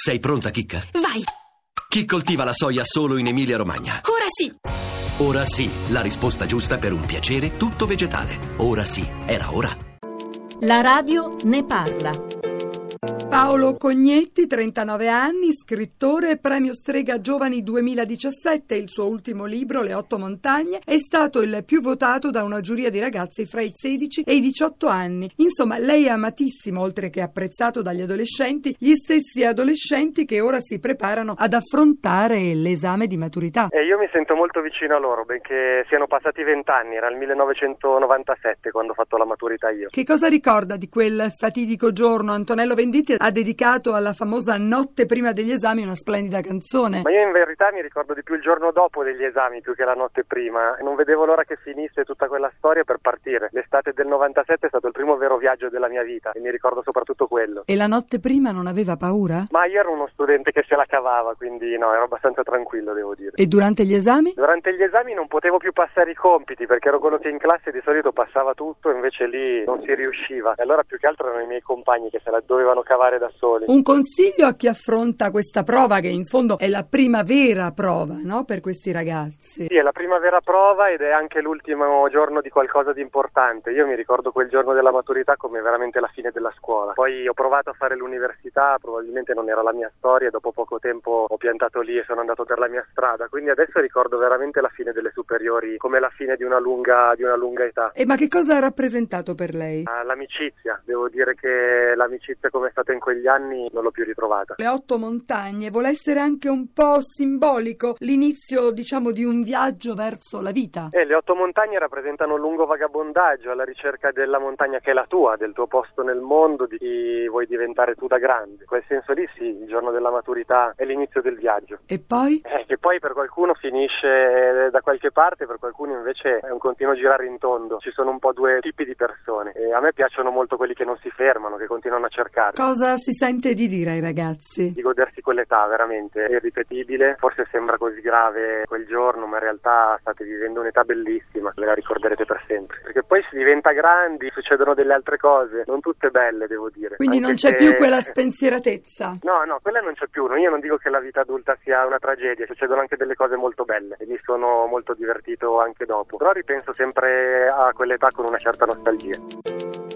Sei pronta, Chicca? Vai! Chi coltiva la soia solo in Emilia-Romagna? Ora sì! Ora sì, la risposta giusta per un piacere tutto vegetale. Ora sì, era ora. La radio ne parla. Paolo Cognetti, 39 anni, scrittore e premio Strega Giovani 2017. Il suo ultimo libro, Le 8 montagne, è stato il più votato da una giuria di ragazzi fra i 16 e i 18 anni. Insomma, lei è amatissimo, oltre che apprezzato dagli adolescenti, gli stessi adolescenti che ora si preparano ad affrontare l'esame di maturità. Io mi sento molto vicino a loro, benché siano passati 20 anni, era il 1997 quando ho fatto la maturità io. Che cosa ricorda di quel fatidico giorno? Antonello Venditti ha dedicato alla famosa notte prima degli esami una splendida canzone. Ma io in verità mi ricordo di più il giorno dopo degli esami più che la notte prima. Non vedevo l'ora che finisse tutta quella storia per partire. L'estate del 97 è stato il primo vero viaggio della mia vita e mi ricordo soprattutto quello. E la notte prima non aveva paura? Ma io ero uno studente che se la cavava, quindi no, ero abbastanza tranquillo, devo dire. E durante gli esami? Durante gli esami non potevo più passare i compiti perché ero quello che in classe di solito passava tutto, invece lì non si riusciva. E allora più che altro erano i miei compagni che se la dovevano cavare da soli. Un consiglio a chi affronta questa prova, che in fondo è la prima vera prova, no? Per questi ragazzi. Sì, è la prima vera prova ed è anche l'ultimo giorno di qualcosa di importante. Io mi ricordo quel giorno della maturità come veramente la fine della scuola. Poi ho provato a fare l'università, probabilmente non era la mia storia, dopo poco tempo ho piantato lì e sono andato per la mia strada. Quindi adesso ricordo veramente la fine delle superiori come la fine di una lunga età. E ma che cosa ha rappresentato per lei? L'amicizia. Devo dire che l'amicizia come è stata in quegli anni non l'ho più ritrovata. Le 8 montagne vuole essere anche un po' simbolico, l'inizio, diciamo, di un viaggio verso la vita. Le 8 montagne rappresentano un lungo vagabondaggio alla ricerca della montagna che è la tua, del tuo posto nel mondo, di chi vuoi diventare tu da grande. In quel senso lì sì, il giorno della maturità è l'inizio del viaggio. E poi? Che poi per qualcuno finisce da qualche parte, per qualcuno invece è un continuo girare in tondo. Ci sono un po' due tipi di persone e a me piacciono molto quelli che non si fermano, che continuano a cercare. Cosa si sente di dire ai ragazzi? Di godersi quell'età, veramente è irripetibile. Forse sembra così grave quel giorno, ma in realtà state vivendo un'età bellissima, ve la ricorderete per sempre. Perché poi si diventa grandi, succedono delle altre cose, non tutte belle, devo dire. Quindi anche non c'è più quella spensieratezza? No, quella non c'è più. Io non dico che la vita adulta sia una tragedia, succedono anche delle cose molto belle e mi sono molto divertito anche dopo. Però ripenso sempre a quell'età con una certa nostalgia.